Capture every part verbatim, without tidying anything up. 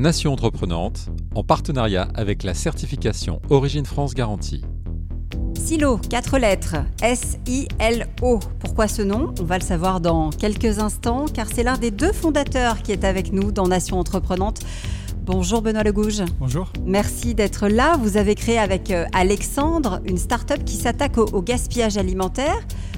Nation Entreprenante, en partenariat avec la certification Origine France Garantie. Silo, quatre lettres, S I L O. Pourquoi ce nom ? On va le savoir dans quelques instants, car c'est l'un des deux fondateurs qui est avec nous dans Nation Entreprenante. Bonjour Benoît Legouge. Bonjour. Merci d'être là. Vous avez créé avec Alexandre une start-up qui s'attaque au, au gaspillage alimentaire.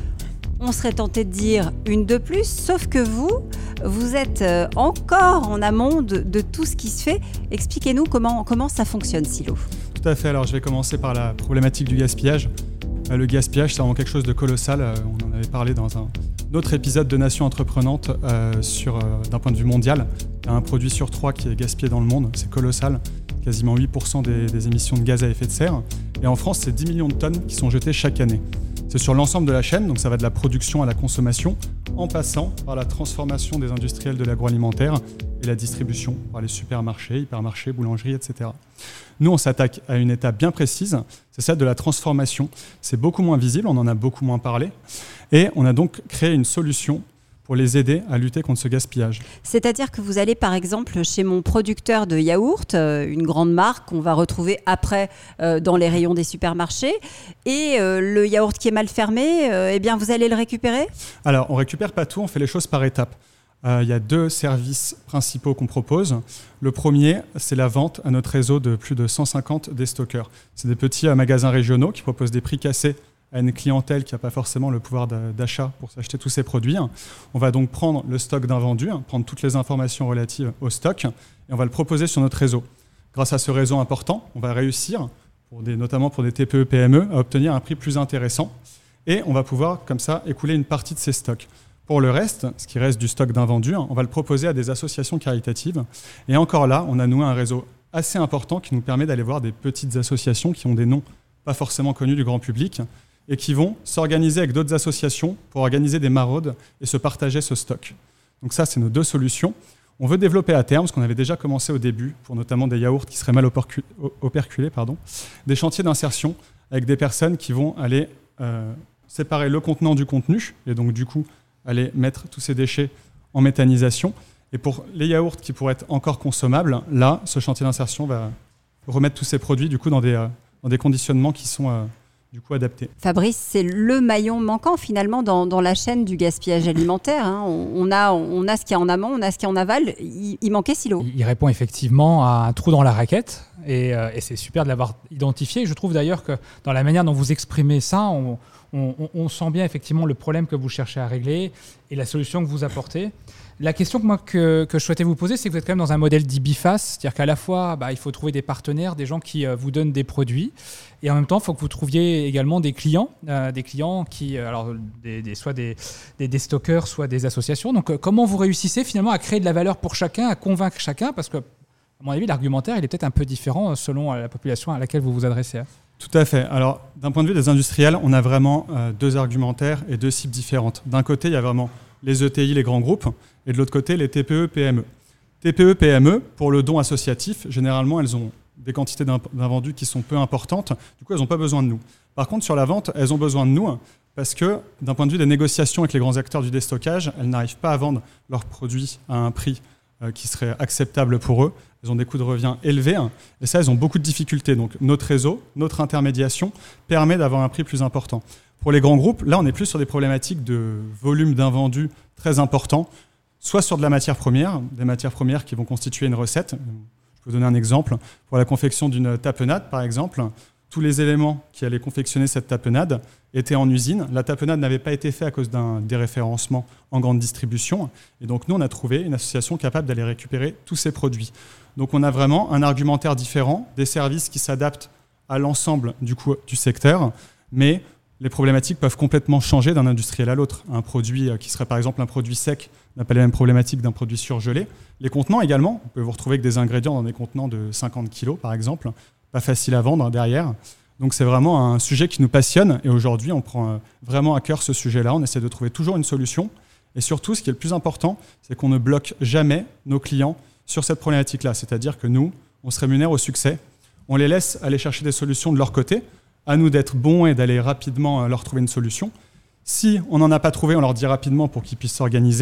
On serait tenté de dire une de plus, sauf que vous, vous êtes encore en amont de, de tout ce qui se fait. Expliquez-nous comment, comment ça fonctionne, Silo. Tout à fait. Alors, je vais commencer par la problématique du gaspillage. Le gaspillage, c'est vraiment quelque chose de colossal. On en avait parlé dans un autre épisode de Nation Entreprenante euh, sur, euh, d'un point de vue mondial. Il y a un produit sur trois qui est gaspillé dans le monde. C'est colossal. Quasiment huit pour cent des, des émissions de gaz à effet de serre. Et en France, c'est dix millions de tonnes qui sont jetées chaque année. C'est sur l'ensemble de la chaîne, donc ça va de la production à la consommation, en passant par la transformation des industriels de l'agroalimentaire et la distribution par les supermarchés, hypermarchés, boulangeries, et cetera. Nous, on s'attaque à une étape bien précise, c'est celle de la transformation. C'est beaucoup moins visible, on en a beaucoup moins parlé, et on a donc créé une solution pour les aider à lutter contre ce gaspillage. C'est-à-dire que vous allez par exemple chez mon producteur de yaourt, euh, une grande marque qu'on va retrouver après euh, dans les rayons des supermarchés, et euh, le yaourt qui est mal fermé, euh, eh bien vous allez le récupérer ? Alors on ne récupère pas tout, on fait les choses par étapes. Euh, il y a deux services principaux qu'on propose. Le premier, c'est la vente à notre réseau de plus de cent cinquante déstockeurs. C'est des petits euh, magasins régionaux qui proposent des prix cassés à une clientèle qui n'a pas forcément le pouvoir d'achat pour s'acheter tous ces produits. On va donc prendre le stock d'invendus, prendre toutes les informations relatives au stock, et on va le proposer sur notre réseau. Grâce à ce réseau important, on va réussir, pour des, notamment pour des T P E P M E, à obtenir un prix plus intéressant, et on va pouvoir comme ça écouler une partie de ces stocks. Pour le reste, ce qui reste du stock d'invendus, on va le proposer à des associations caritatives. Et encore là, on a noué un réseau assez important qui nous permet d'aller voir des petites associations qui ont des noms pas forcément connus du grand public, et qui vont s'organiser avec d'autres associations pour organiser des maraudes et se partager ce stock. Donc ça, c'est nos deux solutions. On veut développer à terme, ce qu'on avait déjà commencé au début, pour notamment des yaourts qui seraient mal opercu- operculés, pardon, des chantiers d'insertion avec des personnes qui vont aller euh, séparer le contenant du contenu, et donc du coup, aller mettre tous ces déchets en méthanisation. Et pour les yaourts qui pourraient être encore consommables, là, ce chantier d'insertion va remettre tous ces produits du coup, dans, des, euh, dans des conditionnements qui sont... Euh, du coup adapté. Fabrice, c'est le maillon manquant finalement dans, dans la chaîne du gaspillage alimentaire. Hein. On, on, a, on a ce qu'il y a en amont, on a ce qu'il y a en aval. Il, il manquait Silo. Il répond effectivement à un trou dans la raquette et, euh, et c'est super de l'avoir identifié. Je trouve d'ailleurs que dans la manière dont vous exprimez ça, on, on, on sent bien effectivement le problème que vous cherchez à régler et la solution que vous apportez. La question que, moi, que, que je souhaitais vous poser, c'est que vous êtes quand même dans un modèle dit biface, c'est-à-dire qu'à la fois, bah, il faut trouver des partenaires, des gens qui euh, vous donnent des produits, et en même temps, il faut que vous trouviez également des clients, euh, des clients qui, euh, alors, des, des, soit des, des, des stockeurs, soit des associations. Donc, euh, comment vous réussissez finalement à créer de la valeur pour chacun, à convaincre chacun, parce que, à mon avis, l'argumentaire, il est peut-être un peu différent selon la population à laquelle vous vous adressez. Hein. Tout à fait. Alors, d'un point de vue des industriels, on a vraiment euh, deux argumentaires et deux cibles différentes. D'un côté, il y a vraiment les E T I, les grands groupes, et de l'autre côté, les T P E P M E. T P E P M E, pour le don associatif, généralement, elles ont des quantités d'invendus qui sont peu importantes. Du coup, elles n'ont pas besoin de nous. Par contre, sur la vente, elles ont besoin de nous parce que, d'un point de vue des négociations avec les grands acteurs du déstockage, elles n'arrivent pas à vendre leurs produits à un prix euh, qui serait acceptable pour eux. Elles ont des coûts de revient élevés. Et ça, elles ont beaucoup de difficultés. Donc, notre réseau, notre intermédiation permet d'avoir un prix plus important. Pour les grands groupes, là, on est plus sur des problématiques de volume d'invendus très importants, soit sur de la matière première, des matières premières qui vont constituer une recette. Je peux vous donner un exemple. Pour la confection d'une tapenade, par exemple, tous les éléments qui allaient confectionner cette tapenade étaient en usine. La tapenade n'avait pas été faite à cause d'un déréférencement en grande distribution. Et donc, nous, on a trouvé une association capable d'aller récupérer tous ces produits. Donc, on a vraiment un argumentaire différent, des services qui s'adaptent à l'ensemble du, coup, du secteur, mais les problématiques peuvent complètement changer d'un industriel à l'autre. Un produit qui serait par exemple un produit sec n'a pas les mêmes problématiques d'un produit surgelé. Les contenants également, on peut vous retrouver avec des ingrédients dans des contenants de cinquante kilos par exemple, pas facile à vendre derrière. Donc c'est vraiment un sujet qui nous passionne et aujourd'hui on prend vraiment à cœur ce sujet-là, on essaie de trouver toujours une solution et surtout ce qui est le plus important, c'est qu'on ne bloque jamais nos clients sur cette problématique-là, c'est-à-dire que nous, on se rémunère au succès, on les laisse aller chercher des solutions de leur côté, à nous d'être bons et d'aller rapidement leur trouver une solution. Si on n'en a pas trouvé, on leur dit rapidement pour qu'ils puissent s'organiser.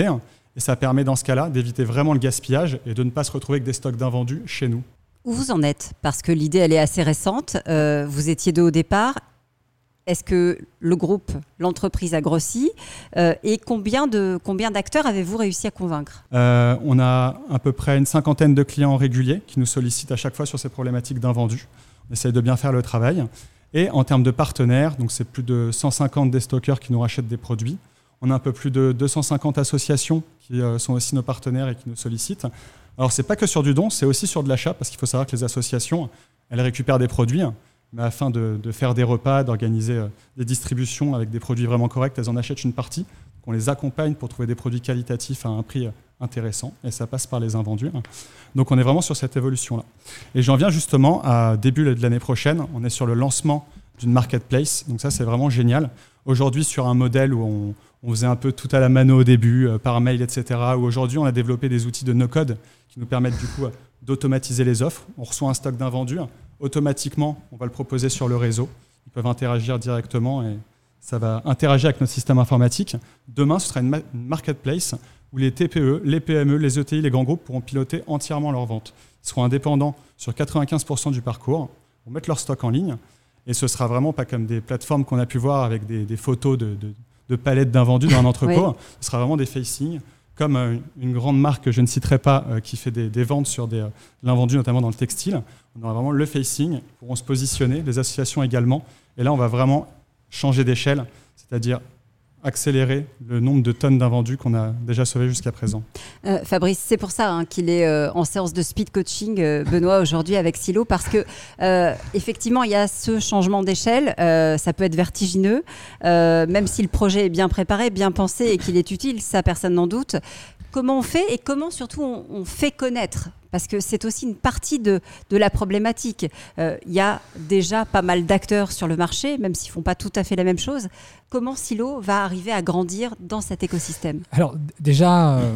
Et ça permet dans ce cas-là d'éviter vraiment le gaspillage et de ne pas se retrouver avec des stocks d'invendus chez nous. Où vous en êtes? Parce que l'idée, elle est assez récente. Euh, vous étiez deux au départ. Est-ce que le groupe, l'entreprise a grossi euh, et combien, de, combien d'acteurs avez-vous réussi à convaincre? euh, On a à peu près une cinquantaine de clients réguliers qui nous sollicitent à chaque fois sur ces problématiques d'invendus. On essaye de bien faire le travail. Et en termes de partenaires, donc c'est plus de cent cinquante déstockeurs qui nous rachètent des produits. On a un peu plus de deux cent cinquante associations qui euh, sont aussi nos partenaires et qui nous sollicitent. Alors, ce n'est pas que sur du don, c'est aussi sur de l'achat, parce qu'il faut savoir que les associations, elles récupèrent des produits, mais afin de, de faire des repas, d'organiser euh, des distributions avec des produits vraiment corrects, elles en achètent une partie. On les accompagne pour trouver des produits qualitatifs à un prix intéressant, et ça passe par les invendus. Donc, on est vraiment sur cette évolution-là. Et j'en viens justement à début de l'année prochaine. On est sur le lancement d'une marketplace, donc ça, c'est vraiment génial. Aujourd'hui, sur un modèle où on, on faisait un peu tout à la mano au début, euh, par mail, et cetera, où aujourd'hui, on a développé des outils de no-code qui nous permettent du coup d'automatiser les offres. On reçoit un stock d'invendus. Automatiquement, on va le proposer sur le réseau. Ils peuvent interagir directement et ça va interagir avec notre système informatique. Demain, ce sera une, ma- une marketplace où les T P E, les P M E, les E T I, les grands groupes pourront piloter entièrement leurs ventes. Ils seront indépendants sur quatre-vingt-quinze pour cent du parcours, vont mettre leur stock en ligne et ce sera vraiment pas comme des plateformes qu'on a pu voir avec des, des photos de, de, de palettes d'invendus dans un entrepôt. Oui. Ce sera vraiment des facing, comme euh, une grande marque que je ne citerai pas euh, qui fait des, des ventes sur des, euh, de l'invendu, notamment dans le textile. On aura vraiment le facing, ils pourront se positionner, les associations également. Et là, on va vraiment changer d'échelle, c'est-à-dire accélérer le nombre de tonnes d'invendus qu'on a déjà sauvés jusqu'à présent. Euh, Fabrice, c'est pour ça hein, qu'il est euh, en séance de speed coaching, euh, Benoît, aujourd'hui avec Silo, parce que euh, effectivement, il y a ce changement d'échelle, euh, ça peut être vertigineux, euh, même si le projet est bien préparé, bien pensé et qu'il est utile, ça personne n'en doute. Comment on fait et comment surtout on, on fait connaître? Parce que c'est aussi une partie de, de la problématique. Euh, il y a déjà pas mal d'acteurs sur le marché, même s'ils ne font pas tout à fait la même chose. Comment Silo va arriver à grandir dans cet écosystème? Alors d- déjà, euh,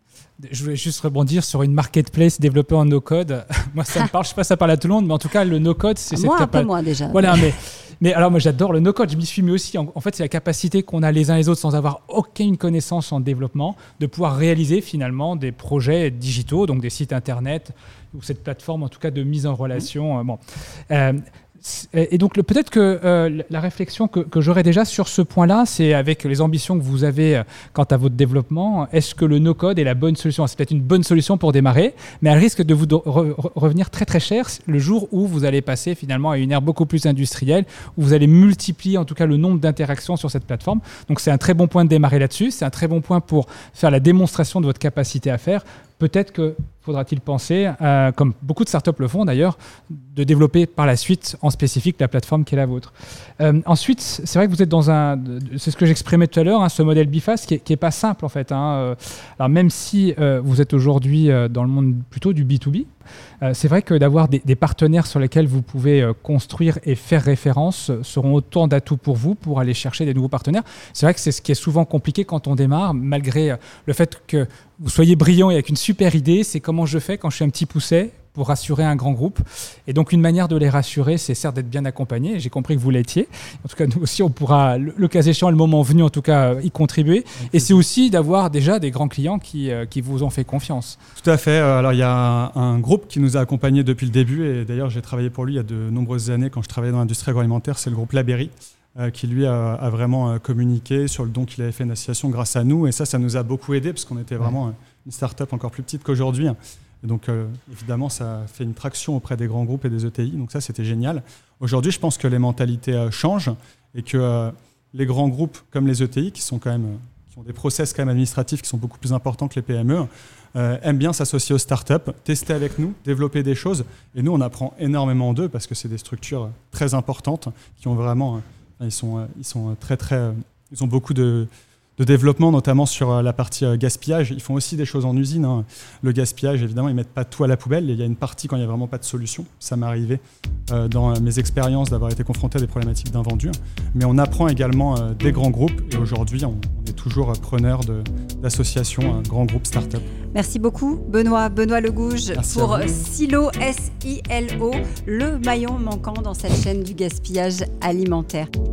je voulais juste rebondir sur une marketplace développée en no-code. Moi, ça me parle, je ne sais pas si ça parle à tout le monde, mais en tout cas, le no-code, c'est moi, cette capacité. Un peu moins déjà. Voilà, mais... Mais alors moi j'adore le no-code, je m'y suis mis aussi. En, en fait c'est la capacité qu'on a les uns les autres sans avoir aucune connaissance en développement de pouvoir réaliser finalement des projets digitaux, donc des sites internet ou cette plateforme en tout cas de mise en relation. Euh, bon. Euh, Et donc le, peut-être que euh, la réflexion que, que j'aurais déjà sur ce point-là, c'est avec les ambitions que vous avez euh, quant à votre développement, est-ce que le no-code est la bonne solution? C'est peut-être une bonne solution pour démarrer, mais elle risque de vous de re- revenir très très cher le jour où vous allez passer finalement à une ère beaucoup plus industrielle, où vous allez multiplier en tout cas le nombre d'interactions sur cette plateforme. Donc c'est un très bon point de démarrer là-dessus, c'est un très bon point pour faire la démonstration de votre capacité à faire. Peut-être que faudra-t-il penser, euh, comme beaucoup de startups le font d'ailleurs, de développer par la suite en spécifique la plateforme qui est la vôtre. Euh, ensuite, c'est vrai que vous êtes dans un, c'est ce que j'exprimais tout à l'heure, hein, ce modèle biface qui est, qui est pas simple en fait. Hein. Alors même si euh, vous êtes aujourd'hui euh, dans le monde plutôt du B deux B, euh, c'est vrai que d'avoir des, des partenaires sur lesquels vous pouvez euh, construire et faire référence euh, seront autant d'atouts pour vous pour aller chercher des nouveaux partenaires. C'est vrai que c'est ce qui est souvent compliqué quand on démarre, malgré euh, le fait que vous soyez brillant et avec une super idée, c'est comment je fais quand je suis un petit pousset pour rassurer un grand groupe. Et donc, une manière de les rassurer, c'est certes d'être bien accompagné. J'ai compris que vous l'étiez. En tout cas, nous aussi, on pourra, le, le cas échéant, le moment venu, en tout cas, y contribuer. Okay. Et c'est aussi d'avoir déjà des grands clients qui, euh, qui vous ont fait confiance. Tout à fait. Alors, il y a un, un groupe qui nous a accompagnés depuis le début. Et d'ailleurs, j'ai travaillé pour lui il y a de nombreuses années quand je travaillais dans l'industrie agroalimentaire. C'est le groupe Labéry. Euh, qui lui a, a vraiment euh, communiqué sur le don qu'il avait fait à une association grâce à nous. Et ça, ça nous a beaucoup aidé parce qu'on était vraiment euh, une start-up encore plus petite qu'aujourd'hui. Et donc, euh, évidemment, ça a fait une traction auprès des grands groupes et des E T I. Donc ça, c'était génial. Aujourd'hui, je pense que les mentalités euh, changent et que euh, les grands groupes comme les E T I, qui sont quand même, euh, qui ont des process quand même administratifs qui sont beaucoup plus importants que les P M E, euh, aiment bien s'associer aux startups, tester avec nous, développer des choses. Et nous, on apprend énormément d'eux parce que c'est des structures très importantes qui ont vraiment... Euh, Ils sont, ils sont très, très, ils ont beaucoup de, de développement, notamment sur la partie gaspillage. Ils font aussi des choses en usine. Hein. Le gaspillage, évidemment, ils ne mettent pas tout à la poubelle. Il y a une partie quand il n'y a vraiment pas de solution. Ça m'est arrivé euh, dans mes expériences d'avoir été confronté à des problématiques d'invendus. Mais on apprend également euh, des grands groupes. Et aujourd'hui, on, on est toujours preneur de, d'associations, euh, grands groupes, start-up. Merci beaucoup, Benoît, Benoît Legouge, Merci pour Silo, S I L O, le maillon manquant dans cette chaîne du gaspillage alimentaire.